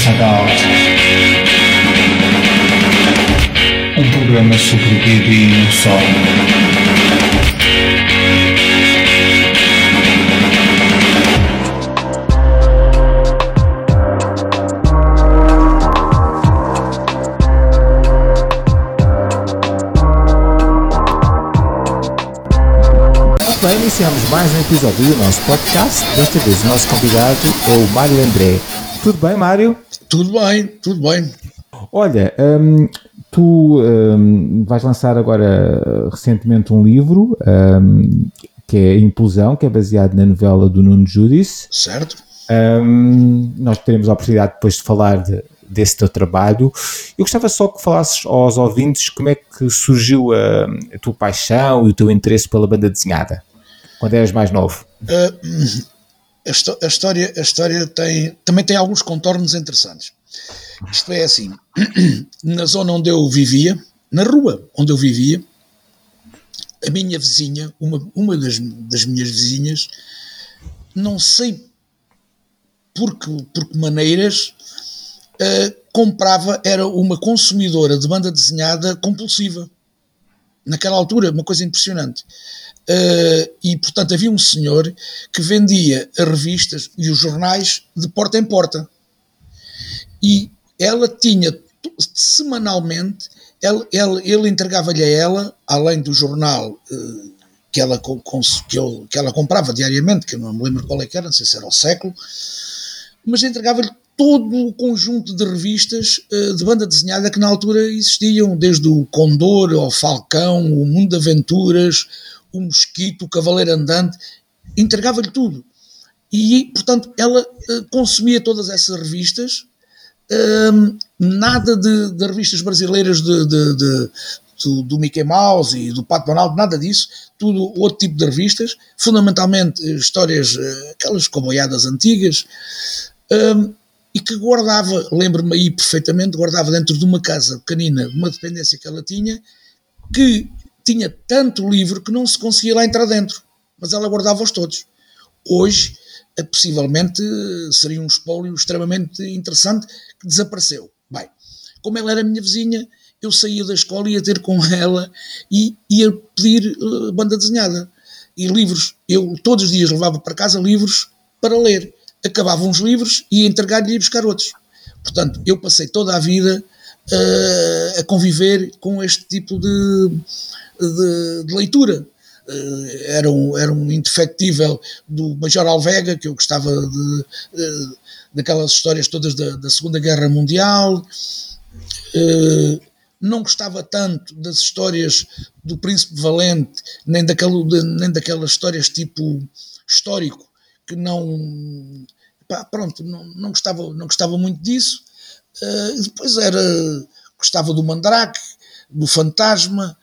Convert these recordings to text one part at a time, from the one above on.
Adult, um programa sobre o bebê e o sol. Bem, iniciamos mais um episódio do nosso podcast. Desta vez o nosso convidado é o Mário André. Tudo bem, Mário? Tudo bem, tudo bem. Olha, tu vais lançar agora recentemente um livro que é Implosão, que é baseado na novela do Nuno Judice. Certo. Nós teremos a oportunidade depois de falar desse teu trabalho. Eu gostava só que falasses aos ouvintes como é que surgiu a tua paixão e o teu interesse pela banda desenhada, quando eras mais novo. A história também tem alguns contornos interessantes. Isto é assim, na zona onde eu vivia, na rua onde eu vivia, a minha vizinha, uma das minhas vizinhas, não sei por que maneiras, era uma consumidora de banda desenhada compulsiva. Naquela altura, uma coisa impressionante. E, portanto, havia um senhor que vendia as revistas e os jornais de porta em porta. E ela tinha, semanalmente, ele entregava-lhe a ela, além do jornal que ela comprava diariamente, que eu não me lembro qual é que era, não sei se era o Século, mas entregava-lhe todo o conjunto de revistas de banda desenhada que na altura existiam, desde o Condor, ao Falcão, o Mundo de Aventuras, o Mosquito, o Cavaleiro Andante, entregava-lhe tudo. E, portanto, ela consumia todas essas revistas, nada de revistas brasileiras do Mickey Mouse e do Pato Donald, nada disso, tudo outro tipo de revistas, fundamentalmente histórias, aquelas coboiadas antigas, e que guardava, lembro-me aí perfeitamente, guardava dentro de uma casa pequenina, uma dependência que ela tinha, que tinha tanto livro que não se conseguia lá entrar dentro, mas ela guardava-os todos. Hoje, possivelmente, seria um espólio extremamente interessante que desapareceu. Bem, como ela era minha vizinha, eu saía da escola e ia ter com ela e ia pedir banda desenhada. E livros, eu todos os dias levava para casa livros para ler. Acabava uns livros e ia entregar-lhe e ia buscar outros. Portanto, eu passei toda a vida a conviver com este tipo de leitura. Era um indefectível do Major Alvega, que eu gostava daquelas histórias todas da Segunda Guerra Mundial. Não gostava tanto das histórias do Príncipe Valente, nem daquelas histórias tipo histórico, que não gostava muito disso. Depois gostava do Mandrake, do Fantasma,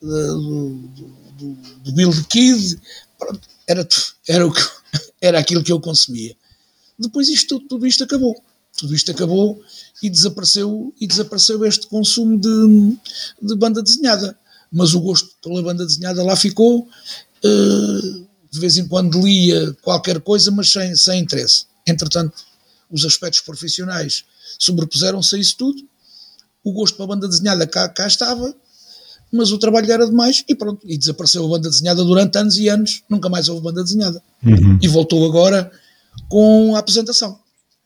do Billy Kid. Pronto, era aquilo que eu consumia. Depois tudo isto acabou. Tudo isto acabou e desapareceu este consumo de banda desenhada. Mas o gosto pela banda desenhada lá ficou. De vez em quando lia qualquer coisa, mas sem interesse. Entretanto, os aspectos profissionais sobrepuseram-se a isso tudo. O gosto pela banda desenhada cá estava, mas o trabalho era demais e pronto. E desapareceu a banda desenhada durante anos e anos. Nunca mais houve banda desenhada. E voltou agora com a apresentação.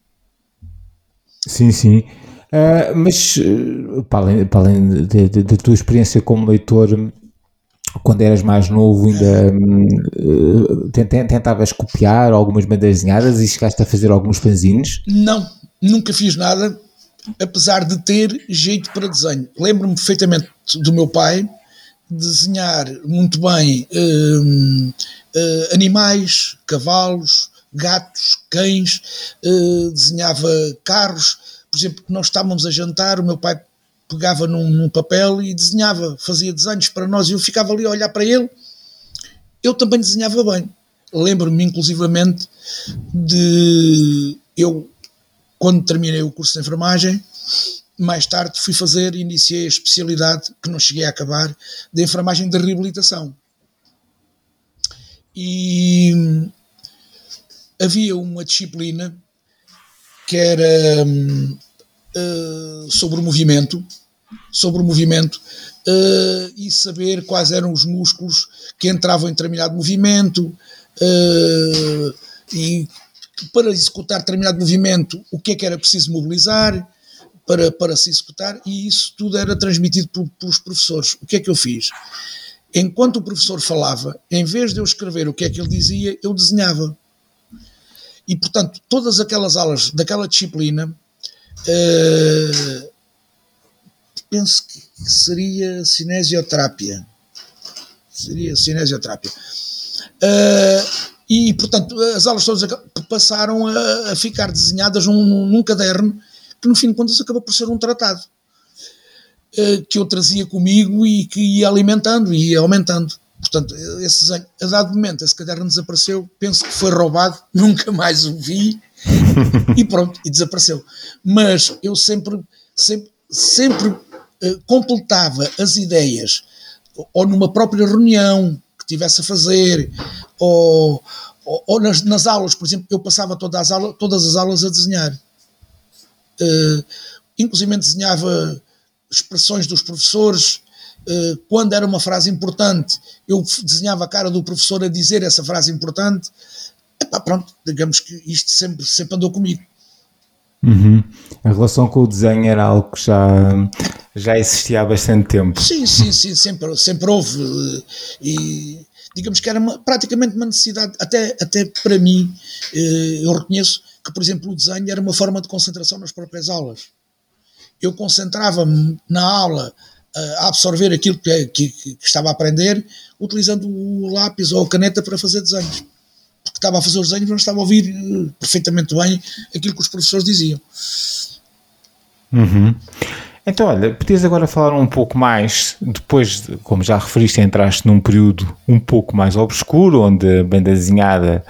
Sim, sim. Mas, para além da tua experiência como leitor, quando eras mais novo, ainda tentavas copiar algumas bandas desenhadas e chegaste a fazer alguns fanzines? Não, nunca fiz nada, apesar de ter jeito para desenho. Lembro-me perfeitamente do meu pai desenhar muito bem animais, cavalos, gatos, cães, desenhava carros. Por exemplo, nós estávamos a jantar, o meu pai pegava num papel e desenhava, fazia desenhos para nós e eu ficava ali a olhar para ele. Eu também desenhava bem. Lembro-me inclusivamente eu, quando terminei o curso de enfermagem, mais tarde iniciei a especialidade, que não cheguei a acabar, de enfermagem de reabilitação. E havia uma disciplina que era sobre o movimento, e saber quais eram os músculos que entravam em determinado movimento, e para executar determinado movimento o que é que era preciso mobilizar para se executar, e isso tudo era transmitido pelos professores. O que é que eu fiz? Enquanto o professor falava, em vez de eu escrever o que é que ele dizia, eu desenhava. E, portanto, todas aquelas aulas daquela disciplina, penso que seria cinesioterapia. E, portanto, as aulas todas passaram a ficar desenhadas num caderno que, no fim de contas, acabou por ser um tratado que eu trazia comigo e que ia alimentando e ia aumentando. Portanto, a dado momento, esse caderno desapareceu, penso que foi roubado, nunca mais o vi, e pronto, e desapareceu. Mas eu sempre completava as ideias, ou numa própria reunião que tivesse a fazer, ou nas aulas, por exemplo, eu passava todas as aulas a desenhar. Inclusive desenhava expressões dos professores. Quando era uma frase importante, eu desenhava a cara do professor a dizer essa frase importante. Pronto, digamos que isto sempre andou comigo. Uhum. A relação com o desenho era algo que já existia há bastante tempo. Sim, sempre houve. E digamos que era praticamente uma necessidade, até para mim. Eu reconheço que, por exemplo, o desenho era uma forma de concentração nas próprias aulas. Eu concentrava-me na aula a absorver aquilo que estava a aprender, utilizando o lápis ou a caneta para fazer desenhos. Porque estava a fazer os desenhos, mas estava a ouvir perfeitamente bem aquilo que os professores diziam. Uhum. Então, olha, podias agora falar um pouco mais, depois, como já referiste, entraste num período um pouco mais obscuro, onde a banda desenhada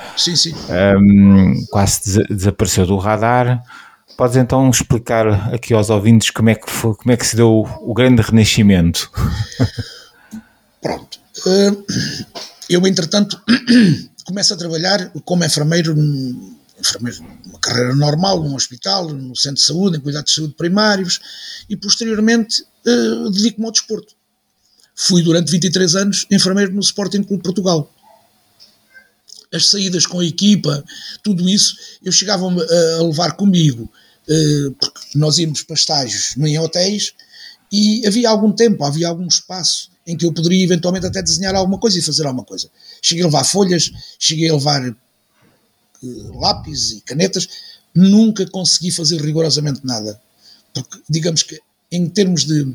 quase desapareceu do radar. Podes então explicar aqui aos ouvintes como é que se deu o grande renascimento? Pronto. Eu, entretanto, começo a trabalhar como enfermeiro, uma carreira normal, num hospital, no centro de saúde, em cuidados de saúde primários, e posteriormente dedico-me ao desporto. Fui durante 23 anos enfermeiro no Sporting Clube Portugal. As saídas com a equipa, tudo isso, eu chegava a levar comigo, porque nós íamos para estágios em hotéis, e havia algum espaço em que eu poderia eventualmente até desenhar alguma coisa e fazer alguma coisa. Cheguei a levar folhas, cheguei a levar lápis e canetas, nunca consegui fazer rigorosamente nada, porque digamos que em termos de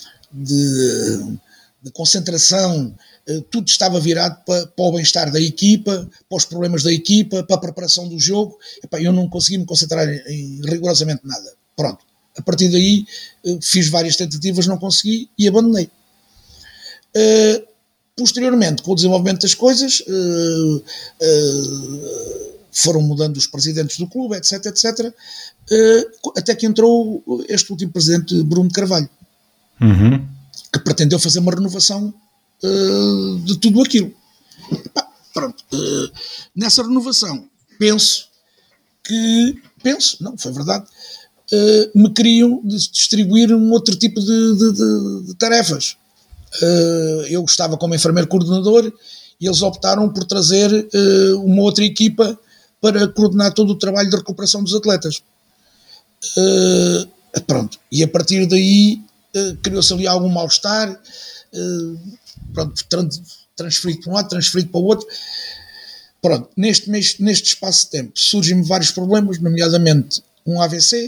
concentração, tudo estava virado para o bem-estar da equipa, para os problemas da equipa, para a preparação do jogo. Eu não consegui me concentrar em rigorosamente nada. Pronto, a partir daí fiz várias tentativas, não consegui e abandonei. Posteriormente, com o desenvolvimento das coisas, foram mudando os presidentes do clube, etc, até que entrou este último presidente, Bruno de Carvalho, que pretendeu fazer uma renovação de tudo aquilo. Pronto. Nessa renovação, foi verdade, me queriam distribuir um outro tipo de tarefas. Eu estava como enfermeiro coordenador e eles optaram por trazer uma outra equipa para coordenar todo o trabalho de recuperação dos atletas. Pronto. E a partir daí criou-se ali algum mal-estar. Pronto, transferido para um lado, transferido para o outro. Pronto, neste espaço de tempo surgem-me vários problemas, nomeadamente um AVC,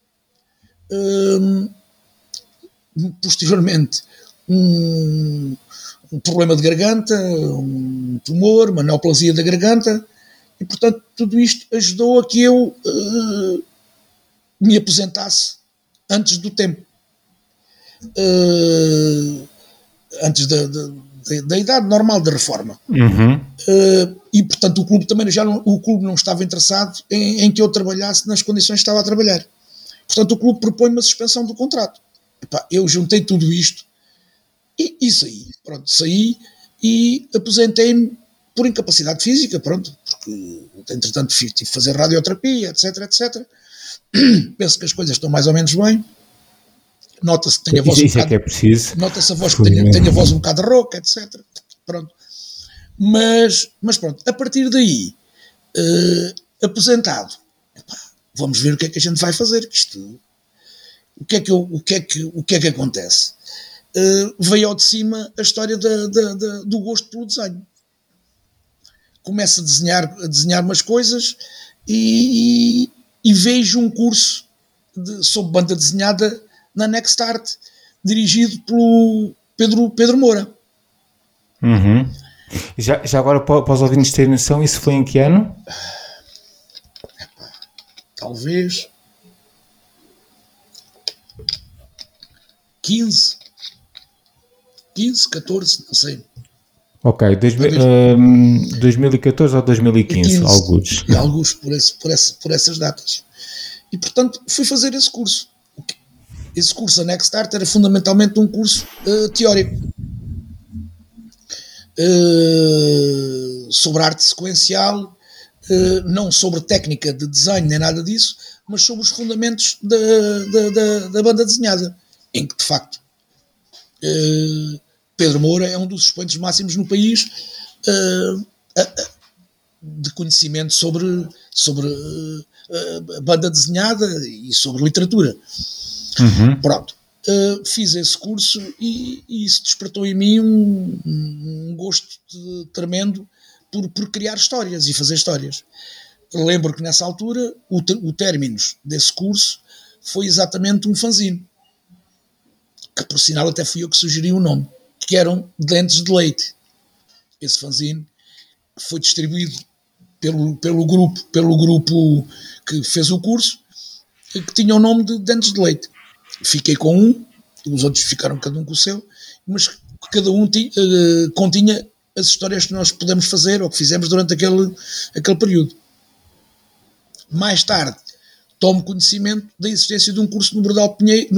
posteriormente um problema de garganta, um tumor, uma neoplasia da garganta, e portanto tudo isto ajudou a que eu me aposentasse antes do tempo. Antes da idade normal de reforma. E portanto o clube também o clube não estava interessado em que eu trabalhasse nas condições que estava a trabalhar. Portanto o clube propõe uma suspensão do contrato. Eu juntei tudo isto e saí. Pronto, saí e aposentei-me por incapacidade física, pronto, porque entretanto tive de fazer radioterapia, etc. penso que as coisas estão mais ou menos bem. Nota-se que tem a voz Isso é que é preciso. Nota-se a voz que tem a voz um bocado rouca, etc. Pronto. Mas pronto, a partir daí, aposentado, vamos ver o que é que a gente vai fazer. O que é que acontece? Veio ao de cima a história do gosto pelo desenho. Começo a desenhar umas coisas e vejo um curso sobre banda desenhada na Nextart, dirigido pelo Pedro Moura. Uhum. Já agora, para os ouvintes terem noção, isso foi em que ano? Talvez 15, 14, não sei. Ok, 2014 ou 2015, alguns. Alguns por essas datas. E, portanto, fui fazer esse curso. Esse curso, a Nextart, era fundamentalmente um curso teórico. Sobre arte sequencial, não sobre técnica de desenho nem nada disso, mas sobre os fundamentos da banda desenhada, em que de facto Pedro Moura é um dos expoentes máximos no país de conhecimento sobre a banda desenhada e sobre literatura. Uhum. Pronto. Fiz esse curso e isso despertou em mim um gosto tremendo por criar histórias e fazer histórias. Lembro que nessa altura o términos desse curso foi exatamente um fanzine, que por sinal até fui eu que sugeri o nome, que eram Dentes de Leite. Esse fanzine foi distribuído pelo grupo que fez o curso, que tinha o nome de Dentes de Leite. Fiquei com um, os outros ficaram cada um com o seu, mas cada um continha as histórias que nós pudemos fazer ou que fizemos durante aquele período. Mais tarde, tomo conhecimento da existência de um curso no Bordal Pinheiro,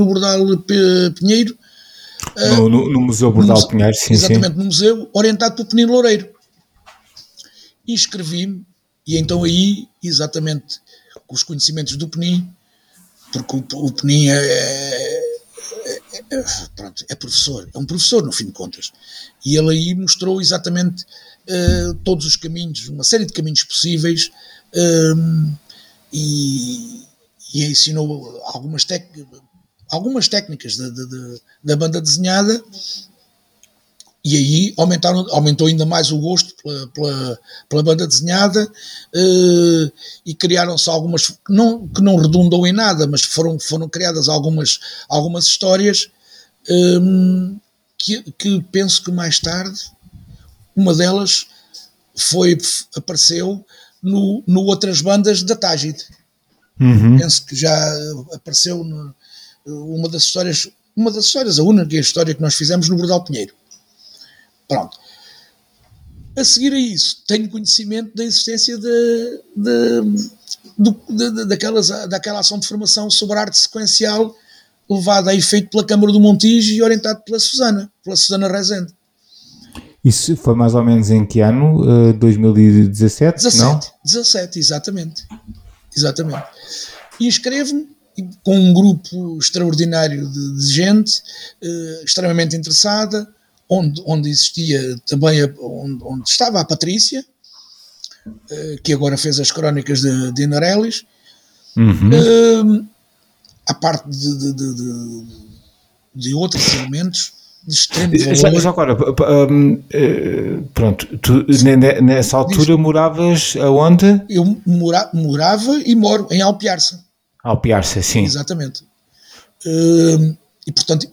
no Museu Bordal Pinheiro, sim, exatamente, sim. no museu, orientado pelo Penino Loureiro. Inscrevi-me e então aí, exatamente, com os conhecimentos do Penin, porque o Penin é professor, é um professor no fim de contas, e ele aí mostrou exatamente todos os caminhos, uma série de caminhos possíveis, e ensinou algumas técnicas da banda desenhada, e aí aumentou ainda mais o gosto pela banda desenhada, e criaram-se algumas, que não redundou em nada, mas foram criadas algumas histórias, que penso que mais tarde uma delas apareceu no Outras Bandas da Tágide. Uhum. Penso que já apareceu uma das histórias, a única história que nós fizemos no Bordal Pinheiro. Pronto. A seguir a isso, tenho conhecimento da existência daquela ação de formação sobre arte sequencial levada a efeito pela Câmara do Montijo e orientado pela Susana Rezende. Isso foi mais ou menos em que ano? 2017? 17, não? 17, exatamente. E inscrevo-me com um grupo extraordinário de gente extremamente interessada, onde existia também, onde estava a Patrícia, que agora fez as crónicas de Inarelis, à parte de outros elementos de extremo valor. Já agora, pronto, tu nessa altura moravas aonde? Eu morava e moro em Alpiarça. Alpiarça, sim. Exatamente. E portanto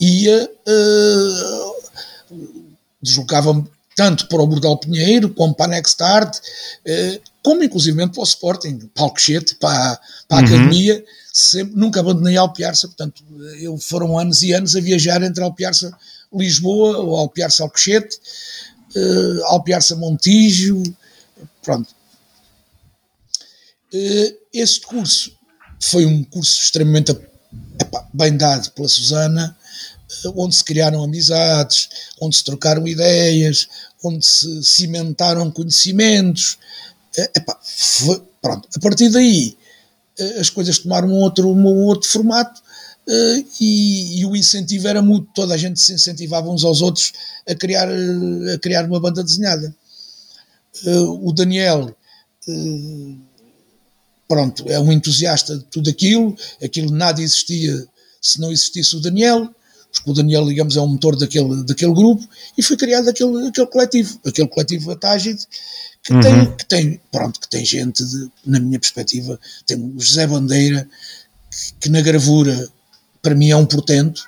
deslocava-me tanto para o Bordal Pinheiro como para a Nextart, como inclusive para o Sporting, para o Alcochete, para a Academia. Nunca abandonei Alpiarça, portanto foram anos e anos a viajar entre Alpiarça Lisboa, ou Alpiarça Alcochete, Alpiarça Montijo, pronto. Este curso foi um curso extremamente bem dado pela Susana, onde se criaram amizades, onde se trocaram ideias, onde se cimentaram conhecimentos. Pronto. A partir daí as coisas tomaram um outro formato, e o incentivo era mútuo, toda a gente se incentivava uns aos outros a criar uma banda desenhada. O Daniel, pronto, é um entusiasta de tudo aquilo nada existia se não existisse o Daniel, porque o Daniel, digamos, é um motor daquele grupo, e foi criado aquele coletivo Atagid, que tem gente, na minha perspectiva, tem o José Bandeira, que na gravura, para mim, é um portento.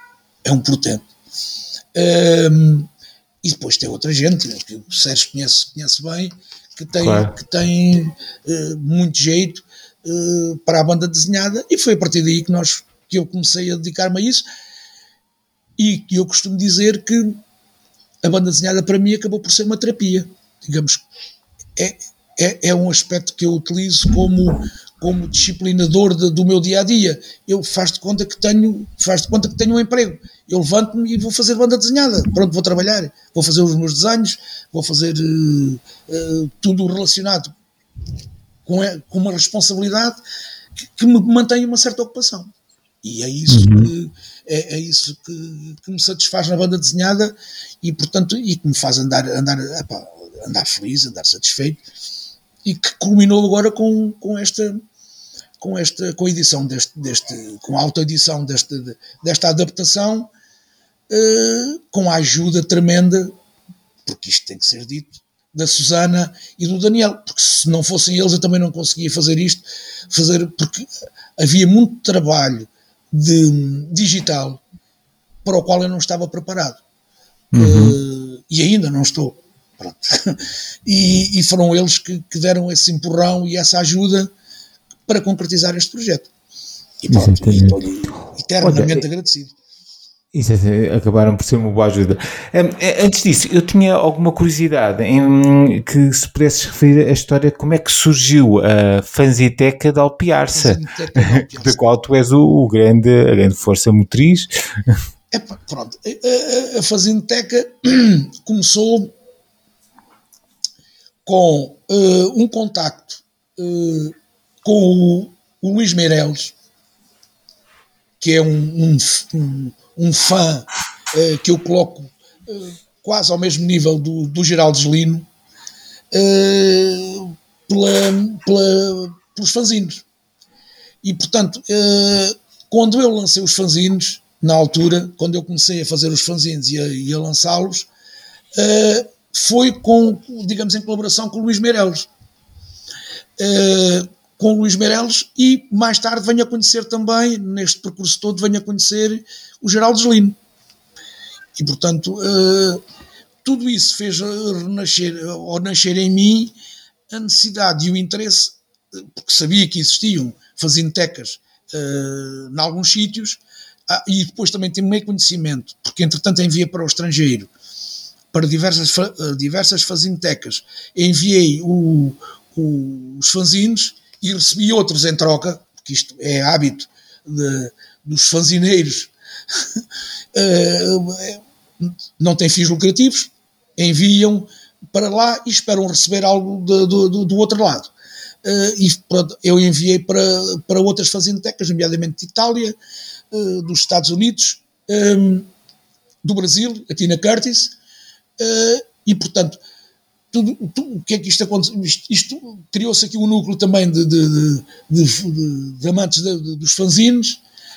E depois tem outra gente, que o Sérgio conhece bem, que tem muito jeito para a banda desenhada, e foi a partir daí que eu comecei a dedicar-me a isso, e que eu costumo dizer que a banda desenhada para mim acabou por ser uma terapia, digamos. É um aspecto que eu utilizo como disciplinador do meu dia-a-dia. Eu faço de conta que tenho um emprego. Eu levanto-me e vou fazer banda desenhada. Pronto, vou trabalhar, vou fazer os meus desenhos, vou fazer tudo relacionado com uma responsabilidade que me mantém uma certa ocupação. E é isso que me satisfaz na banda desenhada, e portanto, e que me faz andar feliz, andar satisfeito, e que culminou agora com a edição com a autoedição desta adaptação, com a ajuda tremenda, porque isto tem que ser dito, da Susana e do Daniel, porque se não fossem eles eu também não conseguia fazer isto, porque havia muito trabalho digital para o qual eu não estava preparado. E ainda não estou. Pronto. E foram eles que deram esse empurrão e essa ajuda para concretizar este projeto. E pronto, estou-lhe eternamente agradecido. Isso acabaram por ser uma boa ajuda. Antes disso, eu tinha alguma curiosidade em que se pudesses referir a história, como é que surgiu a Fanziteca de Alpiarça, da qual tu és a grande força motriz. Pronto, a Fanziteca começou com um contacto com o Luís Meireles, que é um fã que eu coloco quase ao mesmo nível do Geraldo Gelino, pelos fanzines. E, portanto, quando eu lancei os fanzines, na altura, quando eu comecei a fazer os fanzines e a lançá-los, foi digamos, em colaboração com o Luís Meireles. Com o Luís Meireles, e mais tarde venho a conhecer também, neste percurso todo, venho a conhecer o Geraldo Gelino. E, portanto, tudo isso fez nascer em mim a necessidade e o interesse, porque sabia que existiam fanzinetecas em alguns sítios, e depois também tenho meio conhecimento, porque entretanto enviei para o estrangeiro, para diversas fanzinetecas, enviei os fanzines e recebi outros em troca, porque isto é hábito dos fanzineiros, não têm fins lucrativos, enviam para lá e esperam receber algo do outro lado. E pronto, eu enviei para outras fanzinetecas, nomeadamente de Itália, dos Estados Unidos, do Brasil, a Tina Curtis, e portanto, o que é que isto aconteceu? Isto criou-se aqui um núcleo também de amantes dos fanzines,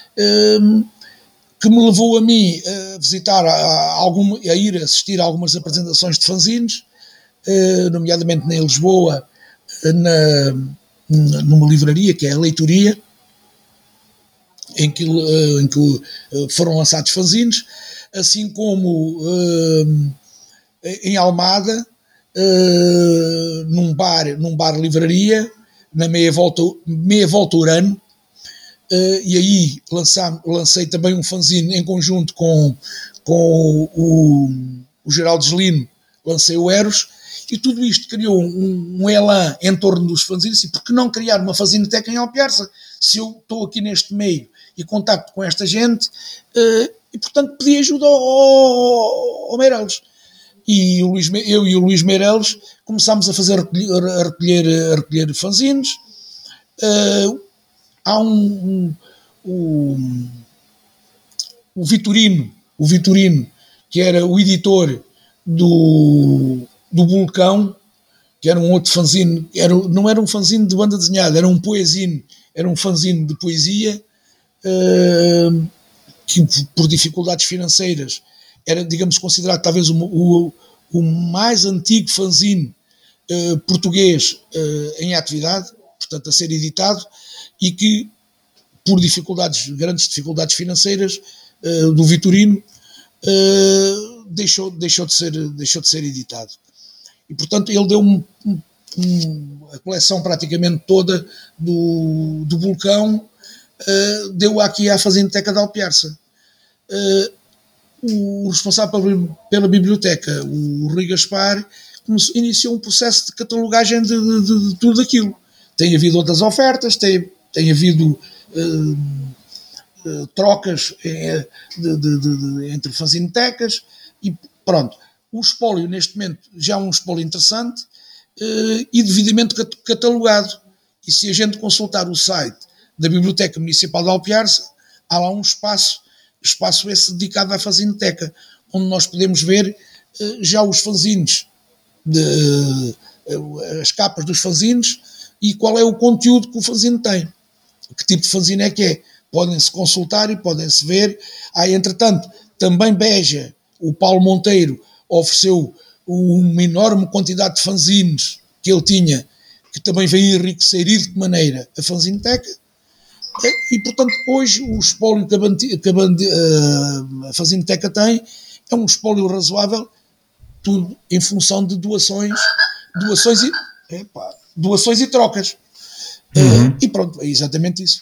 que me levou a mim a visitar, a ir assistir a algumas apresentações de fanzines, nomeadamente em Lisboa, numa livraria que é a Leitoria, em que foram lançados fanzines, assim como em Almada, num bar livraria, na meia volta Urano, e aí lancei também um fanzine em conjunto com o Geraldo Gelino, lancei o Eros, e tudo isto criou um elan em torno dos fanzines. E por que não criar uma fanzineteca em Alpiarça, se eu estou aqui neste meio e contacto com esta gente, e portanto pedi ajuda ao Meireles. E eu e o Luís Meireles começámos a recolher fanzines. há o Vitorino, que era o editor do Vulcão, que era um outro fanzine, não era um fanzine de banda desenhada, era um poezine, era um fanzine de poesia, que por dificuldades financeiras era, digamos, considerado talvez o mais antigo fanzine português em atividade, portanto a ser editado, e que por grandes dificuldades financeiras do Vitorino, deixou de ser editado. E portanto ele deu a coleção praticamente toda do Vulcão, deu aqui à Fazendoteca de Alpiarça. O responsável pela biblioteca, o Rui Gaspar, iniciou um processo de catalogagem de tudo aquilo. Tem havido outras ofertas, tem havido trocas entre fanzinotecas e pronto. O espólio neste momento já é um espólio interessante e devidamente catalogado. E se a gente consultar o site da Biblioteca Municipal de Alpiarça, há lá um espaço esse dedicado à fanzinoteca, onde nós podemos ver já os fanzines, as capas dos fanzines e qual é o conteúdo que o fanzine tem. Que tipo de fanzine é que é? Podem-se consultar e podem-se ver. Entretanto, também Beja, o Paulo Monteiro, ofereceu uma enorme quantidade de fanzines que ele tinha, que também veio enriquecer e de que maneira a fanzinoteca. E, portanto, hoje o espólio que a fanzinoteca tem é um espólio razoável, tudo em função de doações e trocas. E pronto, é exatamente isso.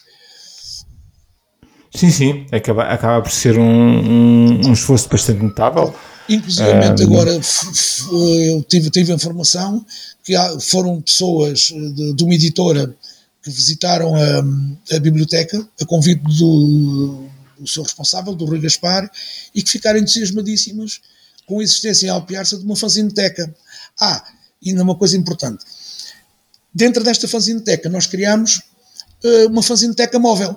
Sim, acaba por ser um esforço bastante notável. Inclusivamente agora eu tive a informação que foram pessoas de uma editora que visitaram a biblioteca a convite do seu responsável, do Rui Gaspar, e que ficaram entusiasmadíssimas com a existência em Alpiarça de uma fanzinoteca. E ainda uma coisa importante. Dentro desta fanzinoteca nós criámos uma fanzinoteca móvel.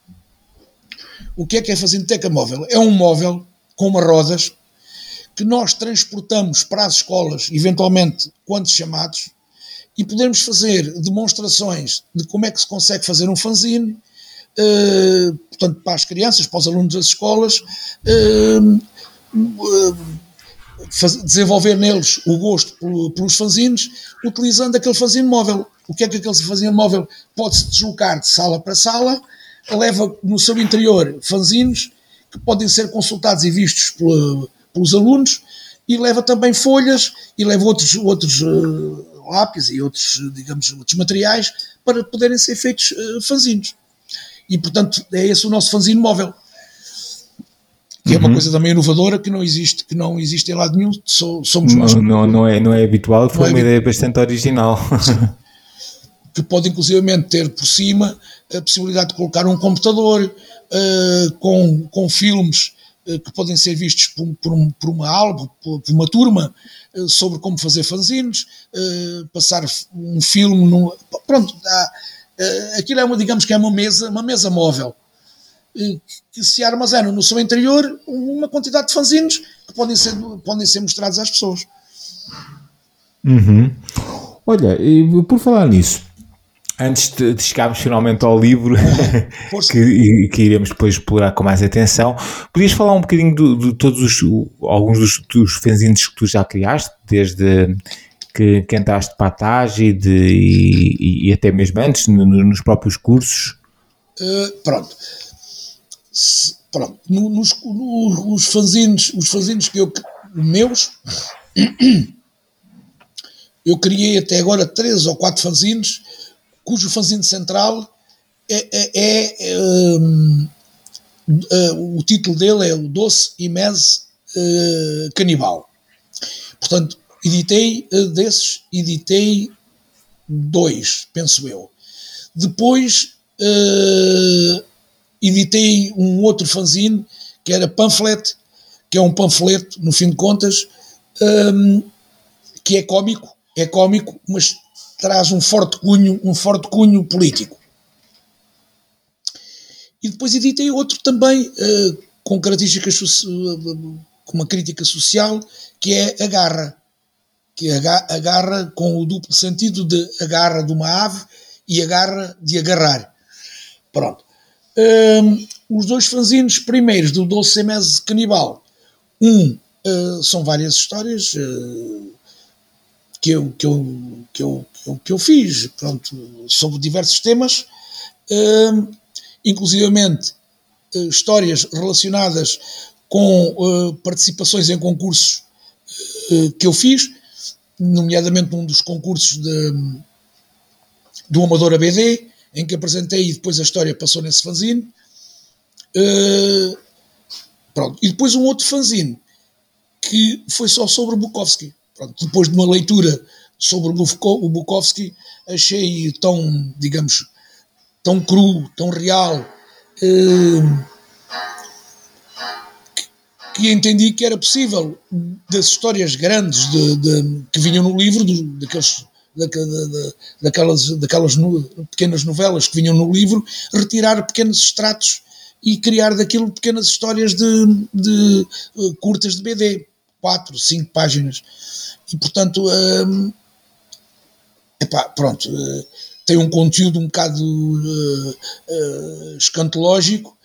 O que é a fanzinoteca móvel? É um móvel com umas rodas que nós transportamos para as escolas, eventualmente quando chamados, e podemos fazer demonstrações de como é que se consegue fazer um fanzine, portanto, para as crianças, para os alunos das escolas, desenvolver neles o gosto pelos fanzines, utilizando aquele fanzine móvel. O que é que aquele fanzine móvel pode-se deslocar de sala para sala, leva no seu interior fanzines que podem ser consultados e vistos pelos alunos, e leva também folhas, e leva outros lápis e outros materiais para poderem ser feitos fanzines. E, portanto, é esse o nosso fanzine móvel. Que é uma coisa também inovadora que não existe em lado nenhum. Somos nós. Não é habitual, foi uma ideia bastante original. Que pode inclusivamente ter por cima a possibilidade de colocar um computador com filmes que podem ser vistos por uma aula, por uma turma, sobre como fazer fanzines, passar um filme. Pronto, aquilo é uma mesa móvel. Que se armazena no seu interior uma quantidade de fanzines que podem ser mostrados às pessoas. Olha, por falar nisso, antes de chegarmos finalmente ao livro que iremos depois explorar com mais atenção, podias falar um bocadinho de todos alguns dos fanzines que tu já criaste, desde que entraste para a TAG e até mesmo antes, nos próprios cursos? Pronto, os fanzines que meus, eu criei até agora 3 ou 4 fanzines, cujo fanzine central o título dele é o Doce e Meze Canibal. Portanto, editei 2, penso eu. Depois editei um outro fanzine que era Pamphlet, que é um panfleto, no fim de contas, que é cómico, mas traz um forte cunho político. E depois editei outro também com características, com uma crítica social, que é a garra. Que é a garra com o duplo sentido de a garra de uma ave e a garra de agarrar. Pronto. Os dois fanzines primeiros do Doce Mese Canibal, são várias histórias que eu fiz, pronto, sobre diversos temas, inclusivamente histórias relacionadas com participações em concursos que eu fiz, nomeadamente num dos concursos do Amador ABD, em que apresentei e depois a história passou nesse fanzine. Pronto. E depois um outro fanzine que foi só sobre Bukowski. Pronto. Depois de uma leitura sobre o Bukowski, achei tão, digamos, tão cru, tão real, que entendi que era possível, das histórias grandes que vinham no livro, daquelas pequenas novelas que vinham no livro, retirar pequenos extratos e criar daquilo pequenas histórias de curtas de BD, 4, 5 páginas. E, portanto, pronto, tem um conteúdo um bocado escatológico,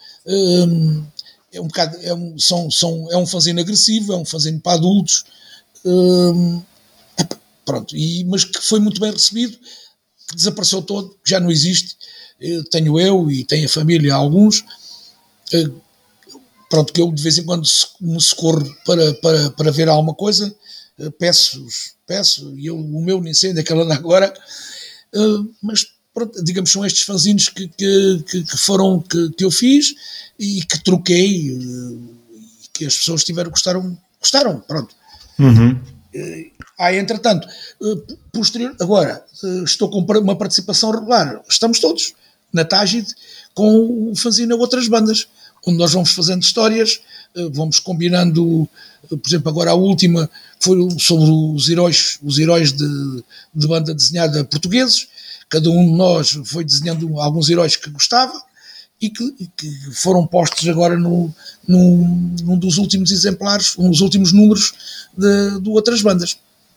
é um fanzine agressivo, é um fanzine para adultos, pronto, mas que foi muito bem recebido, que desapareceu todo, que já não existe. Tenho eu e tenho a família, alguns, pronto, que eu de vez em quando me socorro para ver alguma coisa, peço, e o meu nem sei onde é que ela anda agora, mas pronto, digamos, são estes fanzines que eu fiz e que troquei, que as pessoas gostaram, pronto. Entretanto, agora estou com uma participação regular, estamos todos na Tágide com o fanzine a outras bandas, onde nós vamos fazendo histórias, vamos combinando, por exemplo, agora a última foi sobre os heróis de banda desenhada portugueses. Cada um de nós foi desenhando alguns heróis que gostava e que foram postos agora num dos últimos exemplares, nos últimos números de outras bandas.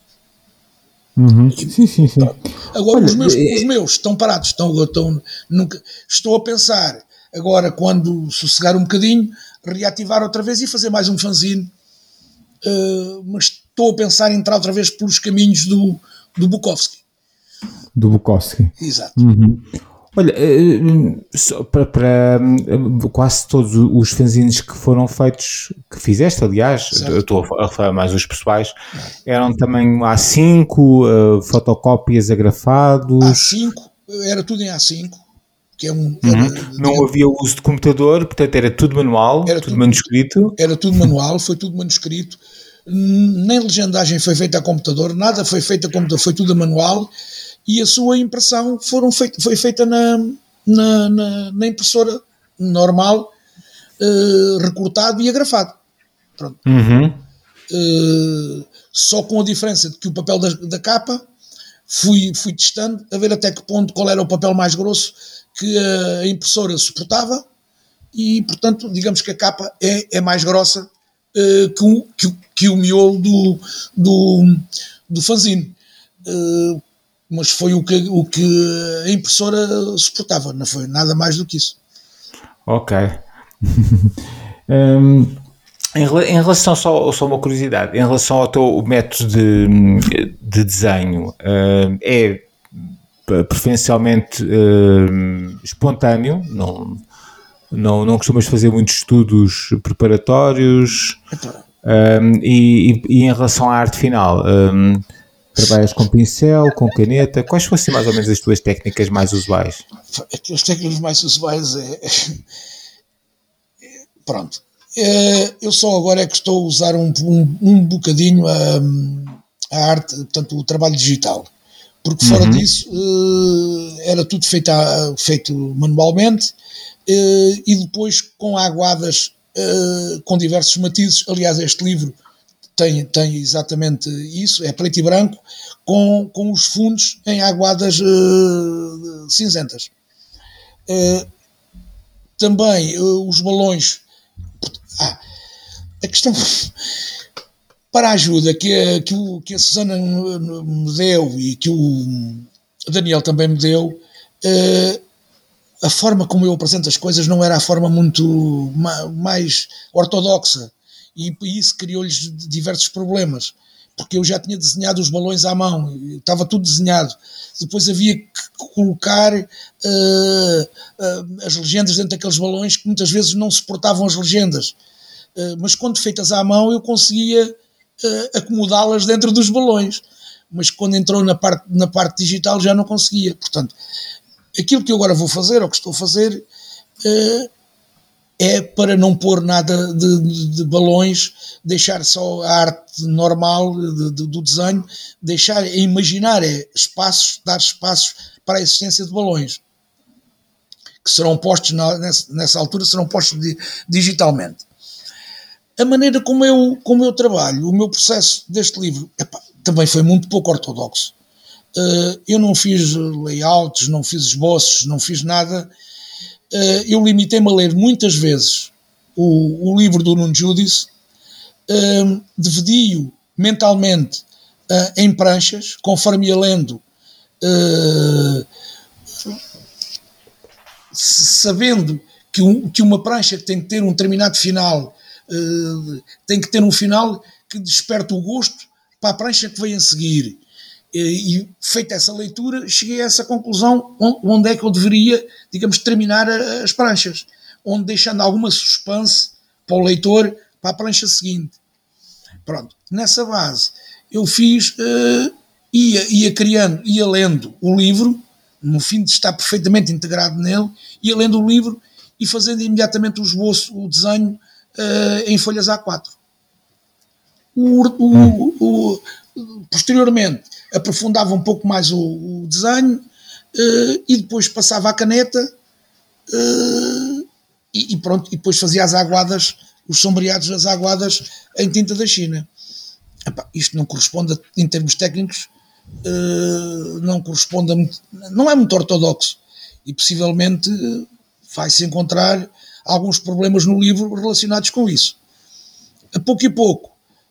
Sim. Agora, olha, os meus estão parados, estou a pensar agora, quando sossegar um bocadinho, reativar outra vez e fazer mais um fanzine, mas estou a pensar em entrar outra vez pelos caminhos do Bukowski. Do Bukowski. Exato. Olha, para quase todos os fanzines que foram feitos, que fizeste, aliás, eu estou a referir mais os pessoais, eram também A5, fotocópias agrafados. A5, era tudo em A5. Que é não havia uso de computador, portanto era tudo manual, tudo manuscrito. Era tudo manual, foi tudo manuscrito. Nem legendagem foi feita a computador, nada foi feito a computador, foi tudo a manual. E a sua impressão foi feita na impressora normal, recortado e agrafado. Pronto. Só com a diferença de que o papel da capa fui testando a ver até que ponto, qual era o papel mais grosso que a impressora suportava, e portanto digamos que a capa é mais grossa que o miolo do fanzine. Mas foi o que a impressora suportava, não foi nada mais do que isso. Ok. Em relação, só uma curiosidade, em relação ao teu método de desenho, é preferencialmente espontâneo? Não costumas fazer muitos estudos preparatórios? E em relação à arte final, trabalhas com pincel, com caneta? Quais fossem mais ou menos as tuas técnicas mais usuais? As técnicas mais usuais pronto. Eu só agora é que estou a usar um bocadinho a arte, portanto o trabalho digital, porque fora disso era tudo feito manualmente, e depois com aguadas com diversos matizes. Aliás, este livro tem exatamente isso, é preto e branco com os fundos em aguadas cinzentas. também os balões. A questão para a ajuda que a Susana me deu e que o Daniel também me deu, a forma como eu apresento as coisas não era a forma muito mais ortodoxa, e isso criou-lhes diversos problemas, porque eu já tinha desenhado os balões à mão, estava tudo desenhado, depois havia que colocar as legendas dentro daqueles balões que muitas vezes não suportavam as legendas, mas quando feitas à mão eu conseguia acomodá-las dentro dos balões, mas quando entrou na parte digital já não conseguia. Portanto, aquilo que eu agora vou fazer, ou que estou a fazer, é para não pôr nada de balões, deixar só a arte normal do desenho, deixar imaginar espaços, dar espaços para a existência de balões, que serão postos nessa altura, serão postos digitalmente. A maneira como eu trabalho, o meu processo deste livro, também foi muito pouco ortodoxo. Eu não fiz layouts, não fiz esboços, não fiz nada. Eu limitei-me a ler muitas vezes o livro do Nuno Judice, dividi-o mentalmente em pranchas, conforme ia lendo, sabendo que uma prancha tem que ter um determinado final, tem que ter um final que desperte o gosto para a prancha que vem a seguir. E feita essa leitura, cheguei a essa conclusão onde é que eu deveria, digamos, terminar as pranchas, onde deixando alguma suspense para o leitor para a prancha seguinte. Pronto, nessa base eu fiz, ia criando, ia lendo o livro, no fim de estar perfeitamente integrado nele, ia lendo o livro e fazendo imediatamente o esboço, o desenho em folhas A4. Posteriormente aprofundava um pouco mais o desenho e depois passava a caneta e pronto, e depois fazia as aguadas, os sombreados das aguadas em tinta da China. Isto não corresponde, em termos técnicos, não corresponde não é muito ortodoxo, e possivelmente vai-se encontrar alguns problemas no livro relacionados com isso. A pouco e pouco,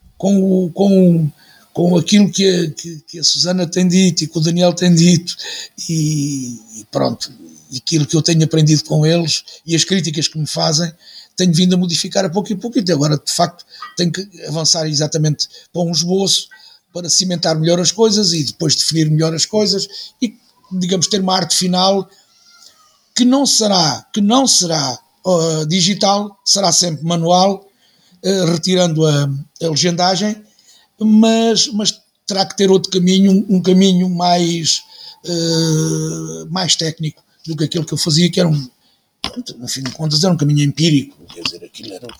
com aquilo que a Susana tem dito e que o Daniel tem dito, e pronto, e aquilo que eu tenho aprendido com eles e as críticas que me fazem, tenho vindo a modificar a pouco e pouco, e agora de facto tenho que avançar exatamente para um esboço, para cimentar melhor as coisas e depois definir melhor as coisas e, digamos, ter uma arte final que não será digital, será sempre manual, retirando a legendagem, mas terá que ter outro caminho, um caminho mais técnico do que aquele que eu fazia, que era no fim de contas era um caminho empírico, quer dizer, aquilo era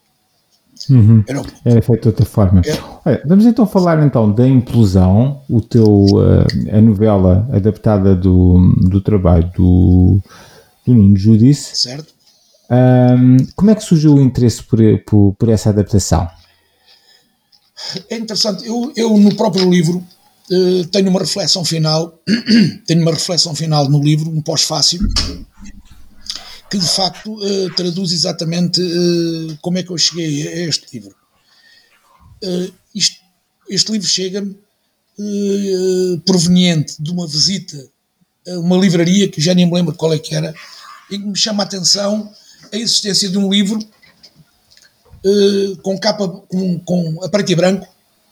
era feito de outra forma. Olha, vamos então falar então da Implosão, a novela adaptada do trabalho do Nuno Judice. Certo. Como é que surgiu o interesse por essa adaptação? É interessante, eu no próprio livro tenho uma reflexão final no livro, um pós-fácil, que de facto traduz exatamente como é que eu cheguei a este livro. Este livro chega-me proveniente de uma visita a uma livraria, que já nem me lembro qual é que era, e que me chama a atenção a existência de um livro com capa, com a preto e branco,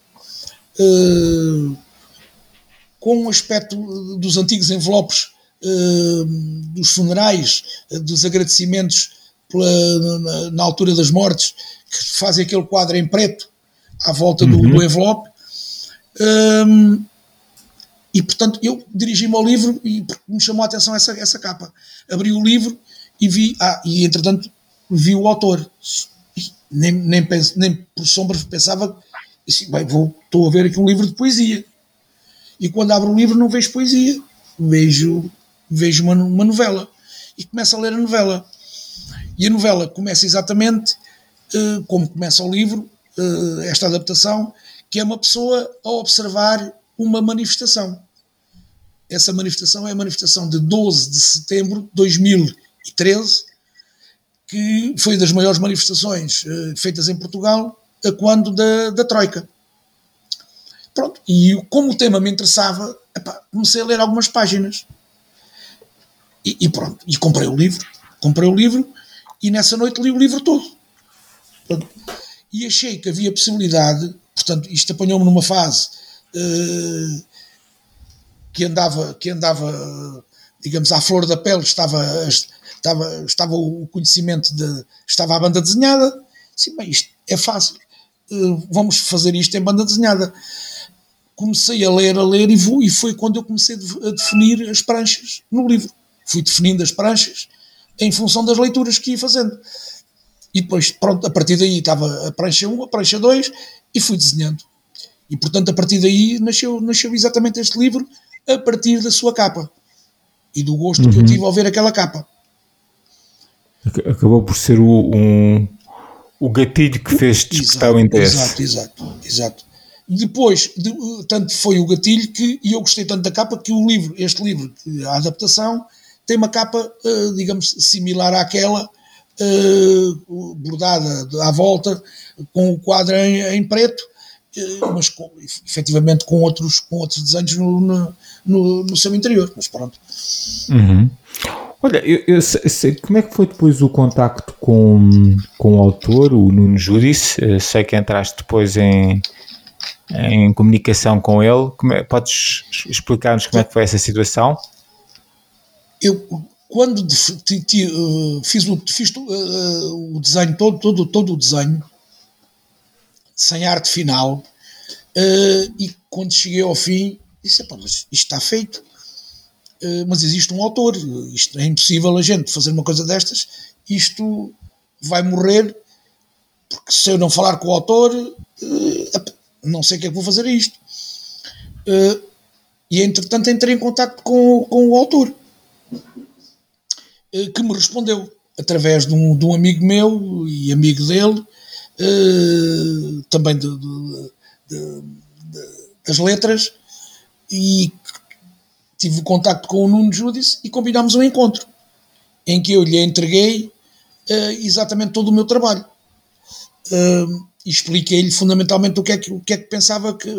com um aspecto dos antigos envelopes dos funerais, dos agradecimentos na altura das mortes, que fazem aquele quadro em preto à volta do envelope. E portanto eu dirigi-me ao livro e me chamou a atenção essa capa. Abri o livro e vi, e entretanto vi o autor. Nem por sombra pensava, estou a ver aqui um livro de poesia. E quando abro o livro não vejo poesia, vejo uma novela. E começo a ler a novela. E a novela começa exatamente como começa o livro, esta adaptação, que é uma pessoa a observar uma manifestação. Essa manifestação é a manifestação de 12 de setembro de 2013, que foi das maiores manifestações feitas em Portugal a quando da Troika. Pronto, e como o tema me interessava, comecei a ler algumas páginas. E pronto, e comprei o livro e nessa noite li o livro todo. Pronto, e achei que havia possibilidade, portanto, isto apanhou-me numa fase que andava, digamos, à flor da pele, estava o conhecimento estava a banda desenhada. Sim, bem, isto é fácil, vamos fazer isto em banda desenhada. Comecei a ler e foi quando eu comecei a definir as pranchas no livro. Fui definindo as pranchas em função das leituras que ia fazendo. E depois, pronto, a partir daí estava a prancha 1, a prancha 2 e fui desenhando. E portanto, a partir daí nasceu exatamente este livro, a partir da sua capa e do gosto que eu tive ao ver aquela capa. Acabou por ser o gatilho que fez despertar o interesse. Exato. Depois, tanto foi o gatilho e eu gostei tanto da capa que este livro, a adaptação, tem uma capa, digamos, similar àquela, bordada à volta, com o quadro em preto, mas efetivamente com outros desenhos no seu interior. Mas pronto. Olha, eu sei, como é que foi depois o contacto com o autor, o Nuno Judice? Sei que entraste depois em comunicação com ele. Podes explicar-nos como é que foi essa situação? Eu, quando fiz o desenho, todo o desenho, sem arte final, e quando cheguei ao fim, disse, mas isto está feito. Mas existe um autor, isto é impossível a gente fazer uma coisa destas, isto vai morrer, porque se eu não falar com o autor, não sei o que é que vou fazer a isto. E entretanto entrei em contacto com o autor, que me respondeu através de um amigo meu e amigo dele, também das letras, e tive contacto com o Nuno Judice e combinámos um encontro em que eu lhe entreguei exatamente todo o meu trabalho, e expliquei-lhe fundamentalmente o que é que pensava, porque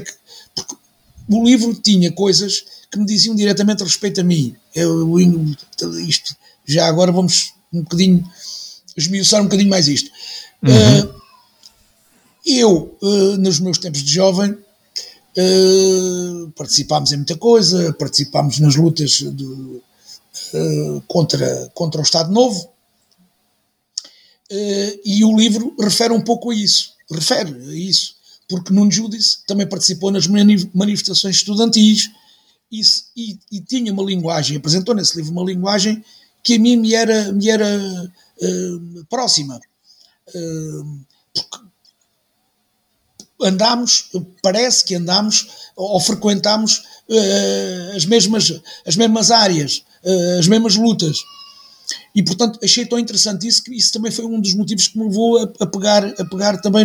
o livro tinha coisas que me diziam diretamente a respeito a mim. Isto, já agora vamos um bocadinho esmiuçar um bocadinho mais isto. Eu, nos meus tempos de jovem, participámos em muita coisa, participámos nas lutas contra o Estado Novo, e o livro refere um pouco a isso, porque Nuno Judice também participou nas manifestações estudantis e tinha uma linguagem, apresentou nesse livro uma linguagem que a mim me era próxima, porque parece que andámos ou frequentámos as mesmas áreas, as mesmas lutas. E portanto achei tão interessante isso, que isso também foi um dos motivos que me levou a pegar também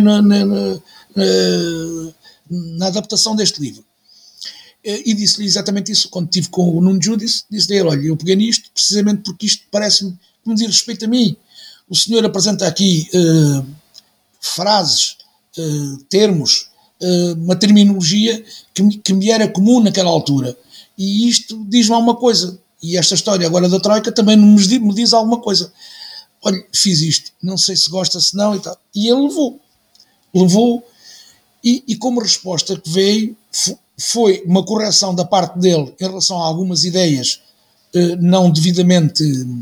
na adaptação deste livro. E disse-lhe exatamente isso quando estive com o Nuno Judice. Disse-lhe: olha, eu peguei nisto precisamente porque isto parece-me que me diz respeito a mim. O senhor apresenta aqui frases, termos, uma terminologia que me era comum naquela altura, e isto diz-me alguma coisa, e esta história agora da Troika também me diz alguma coisa. Olha, fiz isto, não sei se gosta, se não, e tal. E ele levou, e como resposta que veio foi uma correção da parte dele em relação a algumas ideias não devidamente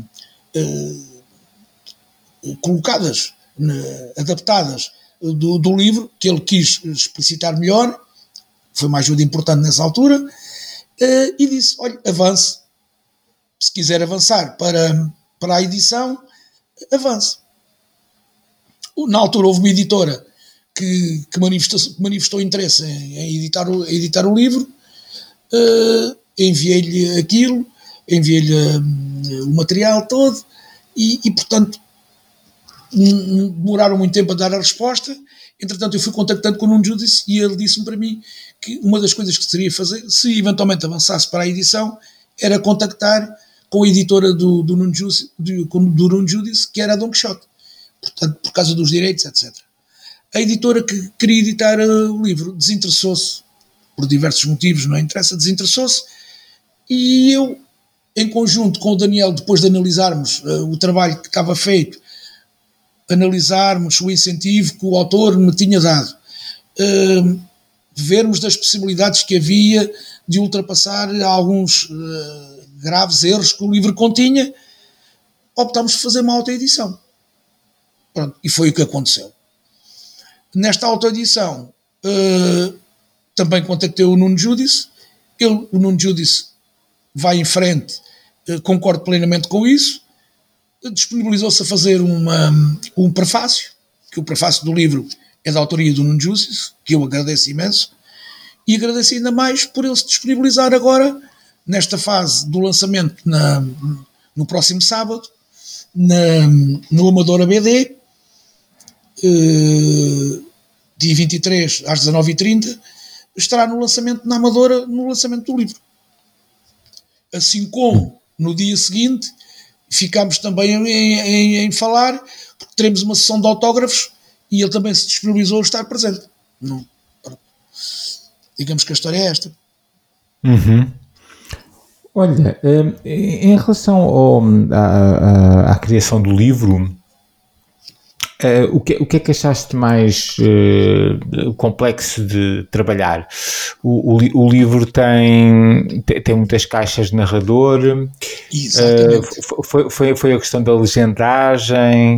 colocadas, adaptadas do livro, que ele quis explicitar melhor. Foi uma ajuda importante nessa altura, e disse: olha, avance, se quiser avançar para a edição, avance. Na altura houve uma editora que manifestou interesse em editar o livro. Enviei-lhe aquilo, enviei-lhe o material todo, e portanto demoraram muito tempo a dar a resposta. Entretanto eu fui contactando com o Nuno Judice e ele disse-me para mim que uma das coisas que seria fazer, se eventualmente avançasse para a edição, era contactar com a editora do Nuno Judice, que era a Don Quixote, portanto, por causa dos direitos, etc. A editora que queria editar o livro desinteressou-se, por diversos motivos, não interessa, desinteressou-se, e eu, em conjunto com o Daniel, depois de analisarmos o trabalho que estava feito, analisarmos o incentivo que o autor me tinha dado, vermos das possibilidades que havia de ultrapassar alguns graves erros que o livro continha, optámos por fazer uma autoedição. Pronto, e foi o que aconteceu. Nesta autoedição, também contactei o Nuno Judice. O Nuno Judice vai em frente, concordo plenamente com isso, disponibilizou-se a fazer um prefácio, que o prefácio do livro é da autoria do Nuno Judice, que eu agradeço imenso, e agradeço ainda mais por ele se disponibilizar agora, nesta fase do lançamento no próximo sábado, no Amadora BD, dia 23 às 19h30, estará no lançamento na Amadora, no lançamento do livro. Assim como no dia seguinte ficámos também em falar, porque teremos uma sessão de autógrafos e ele também se disponibilizou a estar presente. Não, digamos que a história é esta. Uhum. Olha, em relação à criação do livro, o que é que achaste mais complexo de trabalhar? O livro tem muitas caixas de narrador. Exatamente. Foi a questão da legendagem.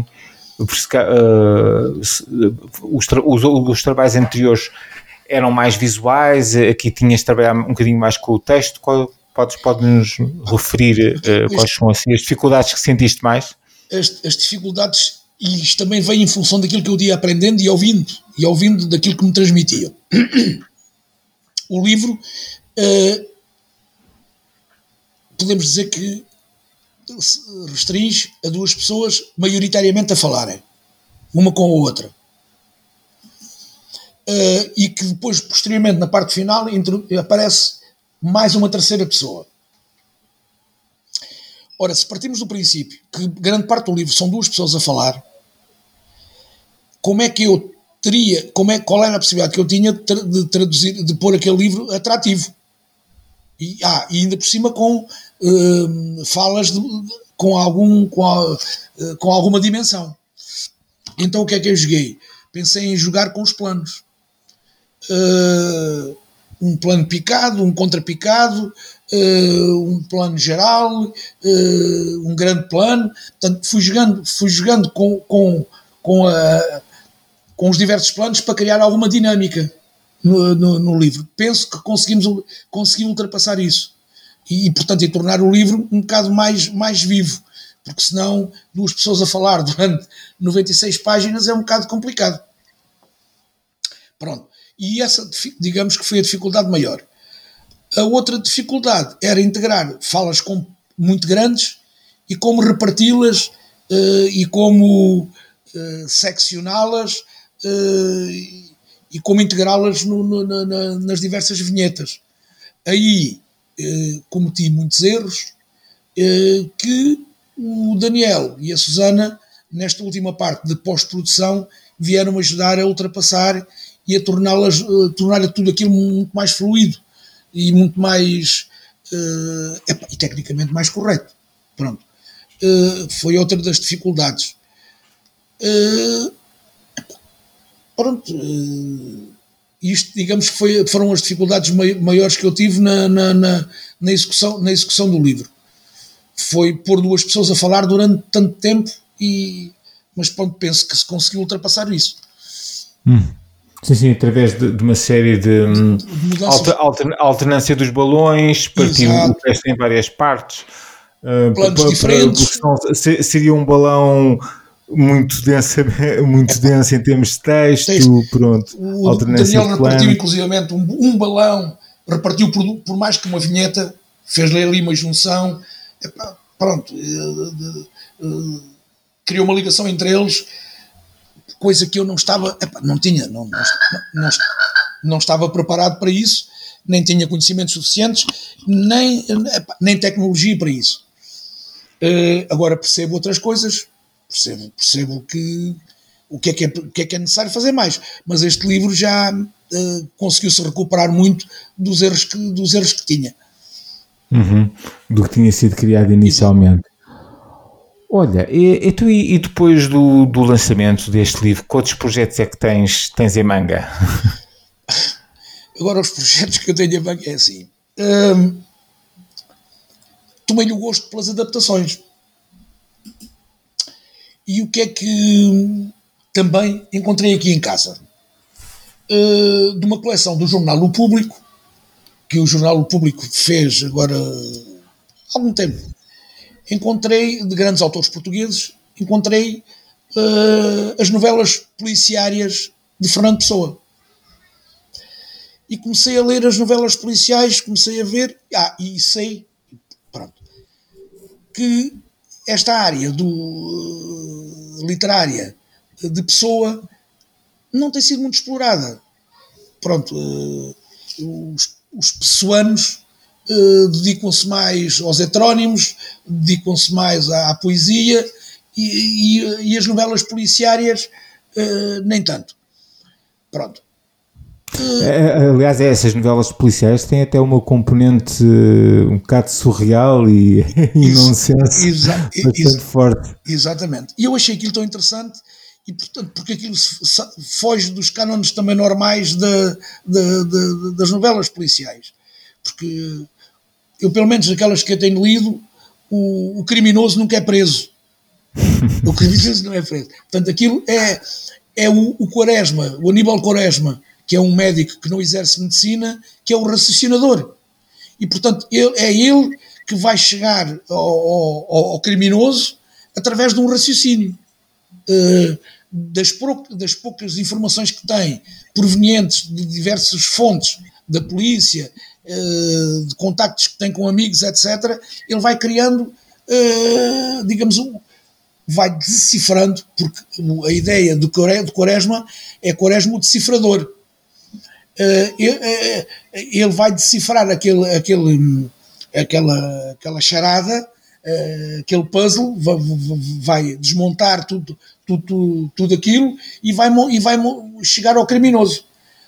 Os trabalhos anteriores eram mais visuais, aqui tinhas de trabalhar um bocadinho mais com o texto. Podes-nos referir quais são assim, as dificuldades que sentiste mais? As dificuldades, e isto também vem em função daquilo que eu ia aprendendo e ouvindo daquilo que me transmitiam. O livro, podemos dizer que se restringe a duas pessoas maioritariamente a falarem, uma com a outra. E que depois, posteriormente, na parte final, aparece mais uma terceira pessoa. Ora, se partimos do princípio que grande parte do livro são duas pessoas a falar, como é que eu teria, qual era a possibilidade que eu tinha de traduzir, de pôr aquele livro atrativo? E ainda por cima com falas com alguma dimensão. Então o que é que eu joguei? Pensei em jogar com os planos. Um plano picado, um contrapicado, um plano geral, um grande plano. Portanto, fui jogando com os diversos planos para criar alguma dinâmica no livro. Penso que consegui ultrapassar isso e, portanto, e tornar o livro um bocado mais vivo, porque senão duas pessoas a falar durante 96 páginas é um bocado complicado. Pronto. E essa, digamos que foi a dificuldade maior. A outra dificuldade era integrar falas muito grandes e como reparti-las e como seccioná-las e como integrá-las nas diversas vinhetas. Aí cometi muitos erros que o Daniel e a Susana, nesta última parte de pós-produção, vieram ajudar a ultrapassar e a tornar tudo aquilo muito mais fluido e muito mais e tecnicamente mais correto. Pronto. Foi outra das dificuldades. Pronto. Isto, digamos que foram as dificuldades maiores que eu tive na execução do livro. Foi pôr duas pessoas a falar durante tanto tempo, mas pronto, penso que se conseguiu ultrapassar isso. Sim, através de uma série de alternância dos balões, partir o texto em várias partes. Planos diferentes. Seria um balão muito denso em termos de texto. Pronto. O Daniel repartiu inclusivamente um balão, repartiu por mais que uma vinheta, fez-lhe ali uma junção. Pronto. Criou uma ligação entre eles, coisa que eu não estava, não estava preparado para isso, nem tinha conhecimentos suficientes, nem tecnologia para isso. Agora percebo outras coisas, percebo que o que é que é necessário fazer mais, mas este livro já conseguiu-se recuperar muito dos erros que tinha. Do que tinha sido criado inicialmente. Olha, e depois do lançamento deste livro, quantos projetos é que tens em manga? Agora os projetos que eu tenho em manga é assim. Tomei-lhe o gosto pelas adaptações. E o que é que também encontrei aqui em casa? De uma coleção do jornal O Público, que o jornal O Público fez agora há algum tempo. Encontrei, de grandes autores portugueses, encontrei as novelas policiárias de Fernando Pessoa. E comecei a ler as novelas policiais, comecei a ver, e sei, pronto, que esta área literária de Pessoa não tem sido muito explorada. Pronto, os pessoanos dedicam-se mais aos heterónimos, dedicam-se mais à poesia e as novelas policiárias nem tanto. Pronto. Aliás, essas novelas policiais têm até uma componente um bocado surreal e nonsense bastante forte. Exatamente. E eu achei aquilo tão interessante, e portanto, porque aquilo foge dos cânones também normais das novelas policiais. Porque eu, pelo menos aquelas que eu tenho lido, o criminoso nunca é preso. O criminoso não é preso. Portanto, aquilo é o Quaresma, o Aníbal Quaresma, que é um médico que não exerce medicina, que é o raciocinador. E, portanto, é ele que vai chegar ao criminoso através de um raciocínio. Das poucas informações que tem, provenientes de diversas fontes da polícia, de contactos que tem com amigos, etc., ele vai criando, digamos, vai decifrando, porque a ideia do Quaresma é Quaresma o decifrador. Ele vai decifrar aquela charada, aquele puzzle, vai desmontar tudo aquilo e vai chegar ao criminoso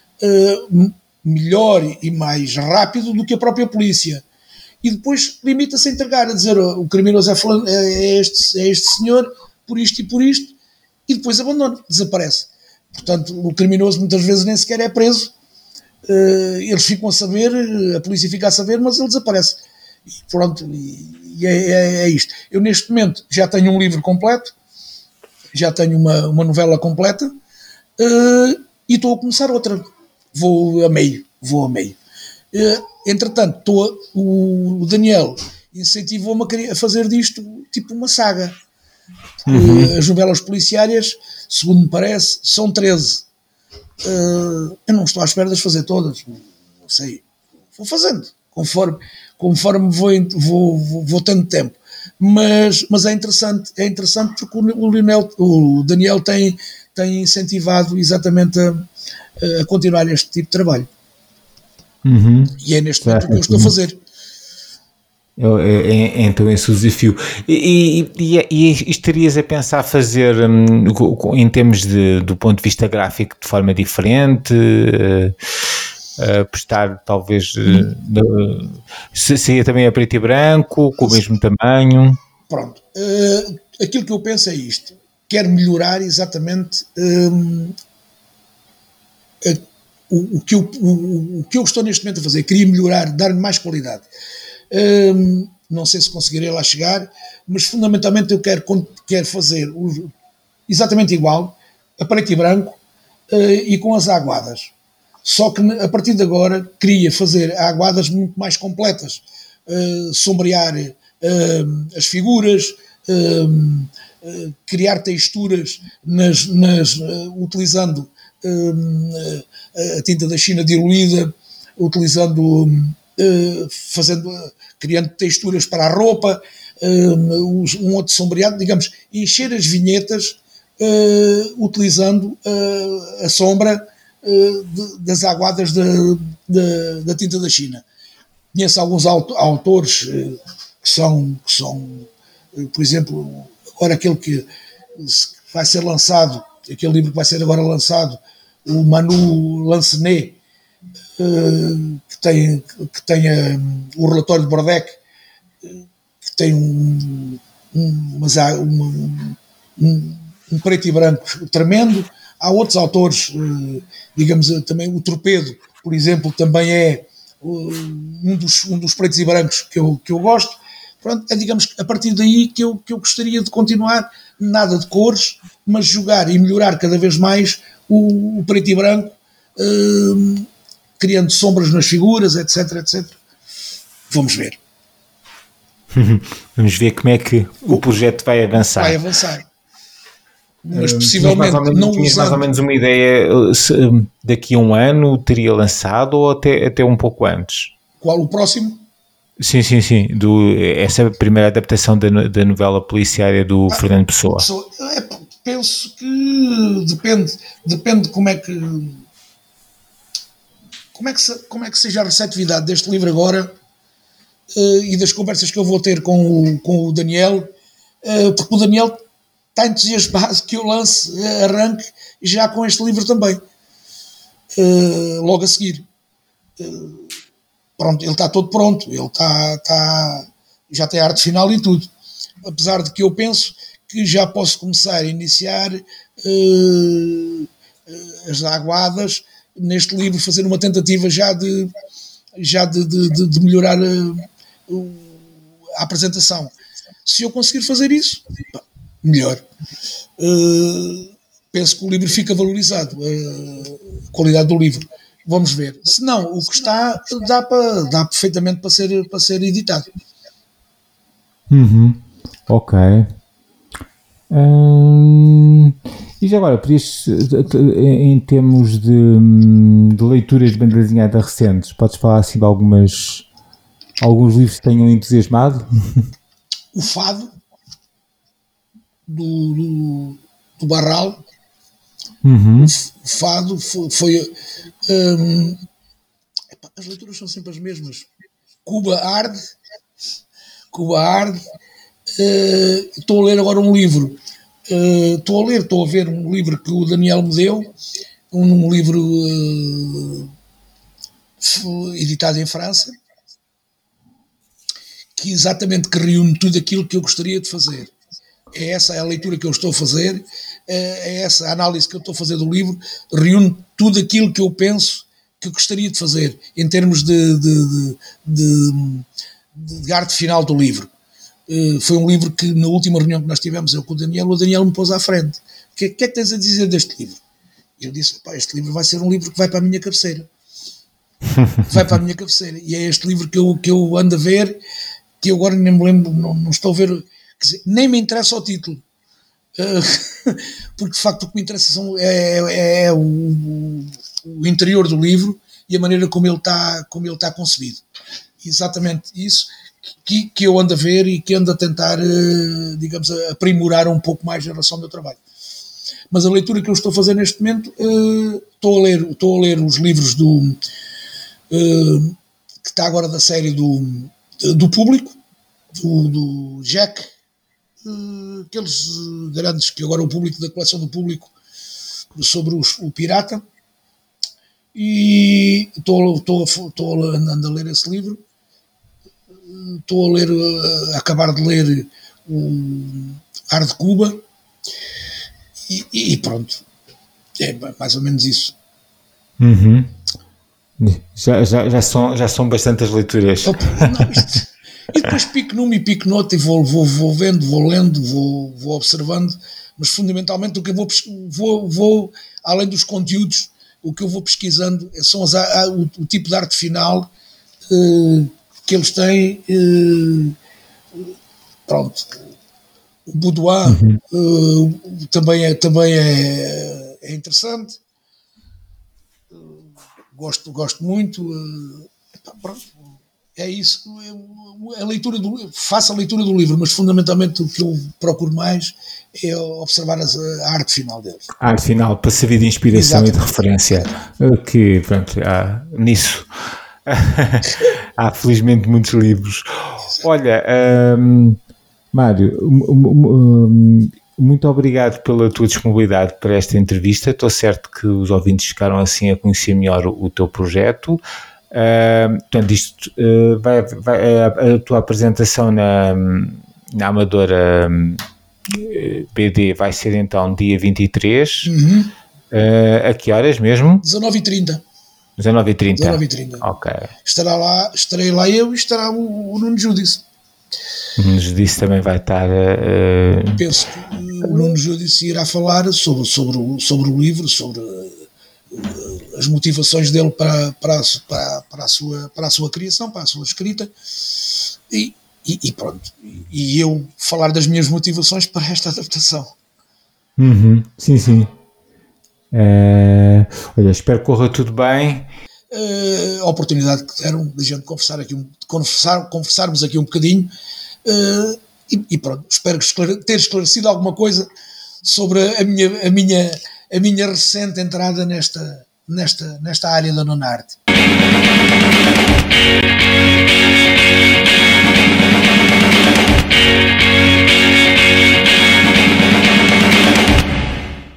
melhor e mais rápido do que a própria polícia. E depois limita-se a entregar, a dizer o criminoso é este senhor, por isto, e depois abandona, desaparece. Portanto, o criminoso muitas vezes nem sequer é preso. Eles ficam a saber, a polícia fica a saber, mas ele desaparece. E pronto, e é isto. Eu neste momento já tenho um livro completo, já tenho uma novela completa, e estou a começar outra. Vou a meio. Entretanto, o Daniel incentivou-me a fazer disto tipo uma saga. As novelas policiárias, segundo me parece, são 13. Eu não estou à espera de as fazer todas, não sei, vou fazendo conforme vou tendo tempo, mas é interessante porque o Daniel tem incentivado exatamente a continuar este tipo de trabalho. E é neste momento o que eu estou a fazer. Então esse é o desafio. E estarias a pensar fazer em termos do ponto de vista gráfico de forma diferente, prestar talvez seria também a preto e branco, com o mesmo tamanho? Pronto, aquilo que eu penso é isto: quero melhorar exatamente o que eu estou neste momento a fazer. Queria melhorar, dar-lhe mais qualidade. Não sei se conseguirei lá chegar, mas fundamentalmente eu quero fazer exatamente igual, a preto e branco, e com as aguadas. Só que a partir de agora queria fazer aguadas muito mais completas, sombrear as figuras, criar texturas utilizando a tinta da China diluída, criando texturas para a roupa, um outro sombreado, digamos, encher as vinhetas utilizando a sombra das aguadas da tinta da China. Conheço alguns autores que são por exemplo, agora aquele que vai ser lançado, aquele livro que vai ser agora lançado, o Manu Lancenet, que tem o relatório de Bordec, que tem um preto e branco tremendo. Há outros autores, digamos, também o Torpedo, por exemplo, também é um dos pretos e brancos que eu gosto. Pronto, é, digamos, a partir daí que eu gostaria de continuar, nada de cores, mas jogar e melhorar cada vez mais o preto e branco, criando sombras nas figuras, etc, etc. Vamos ver. Vamos ver como é que o projeto vai avançar. Vai avançar. Mas possivelmente tinhas mais ou menos uma ideia se daqui a um ano teria lançado ou até um pouco antes? Qual o próximo? Sim. Essa primeira adaptação da novela policiária do Fernando Pessoa. Penso que depende de como é que seja a receptividade deste livro agora, e das conversas que eu vou ter com o Daniel, porque o Daniel está entusiasmado que eu arranque já com este livro também, logo a seguir. Pronto, ele está todo pronto, ele já tem a arte final e tudo, apesar de que eu penso que já posso começar a iniciar as aguadas neste livro, fazer uma tentativa já de melhorar a apresentação. Se eu conseguir fazer isso, melhor. Penso que o livro fica valorizado, a qualidade do livro. Vamos ver. Se não, o que está dá perfeitamente para ser editado. Ok. E já agora, podias, em termos de leituras de banda desenhada recentes, podes falar assim de alguns livros que tenham entusiasmado? O Fado, do Barral. O Fado foi as leituras são sempre as mesmas. Cuba Arde. Estou a ler agora um livro. Estou a ver um livro que o Daniel me deu, um livro editado em França, que exatamente reúne tudo aquilo que eu gostaria de fazer. É essa a leitura que eu estou a fazer, é essa a análise que eu estou a fazer do livro, reúne tudo aquilo que eu penso que eu gostaria de fazer, em termos de arte final do livro. Foi um livro que, na última reunião que nós tivemos eu com o Daniel me pôs à frente. O que é que tens a dizer deste livro? E eu disse, este livro vai ser um livro que vai para a minha cabeceira. E é este livro que eu ando a ver, que eu agora nem me lembro, não estou a ver, quer dizer, nem me interessa o título. Porque de facto o que me interessa é o interior do livro e a maneira como ele está concebido. Exatamente isso que eu ando a ver e que ando a tentar, digamos, aprimorar um pouco mais em relação ao meu trabalho. Mas a leitura que eu estou a fazer neste momento, estou a ler os livros que está agora da série do Público, do Jack, aqueles grandes que agora o Público, da coleção do Público, sobre o Pirata, e estou andando a ler esse livro. Estou a acabar de ler o Ar de Cuba e pronto, é mais ou menos isso. Já são bastantes leituras. E depois pico numa e pico noutra e vou vendo, vou lendo, vou observando, mas fundamentalmente o que eu vou além dos conteúdos, o que eu vou pesquisando são o tipo de arte final que eles têm. Pronto, o Boudoir também é interessante. Gosto muito. Pronto, é isso. Faço a leitura do livro, mas fundamentalmente o que eu procuro mais é observar a arte final deles. A arte final, para servir de inspiração. Exatamente. E de referência. Que, pronto, nisso há felizmente muitos livros. Olha, Mário, muito obrigado pela tua disponibilidade para esta entrevista. Estou certo que os ouvintes ficaram assim a conhecer melhor o teu projeto. Portanto, isto a tua apresentação na Amadora BD vai ser então dia 23. A que horas mesmo? 19h30. 19h30. 19h30. Ok. Estarei lá eu e estará o Nuno Judice. O Nuno Judice também vai estar. Penso que o Nuno Judice irá falar sobre o livro, sobre as motivações dele para a sua criação, para a sua escrita, e pronto. E eu falar das minhas motivações para esta adaptação. Sim. Olha, espero que corra tudo bem. A oportunidade que deram de a gente conversarmos aqui um bocadinho, e pronto, espero ter esclarecido alguma coisa sobre a minha recente entrada nesta área da nona arte.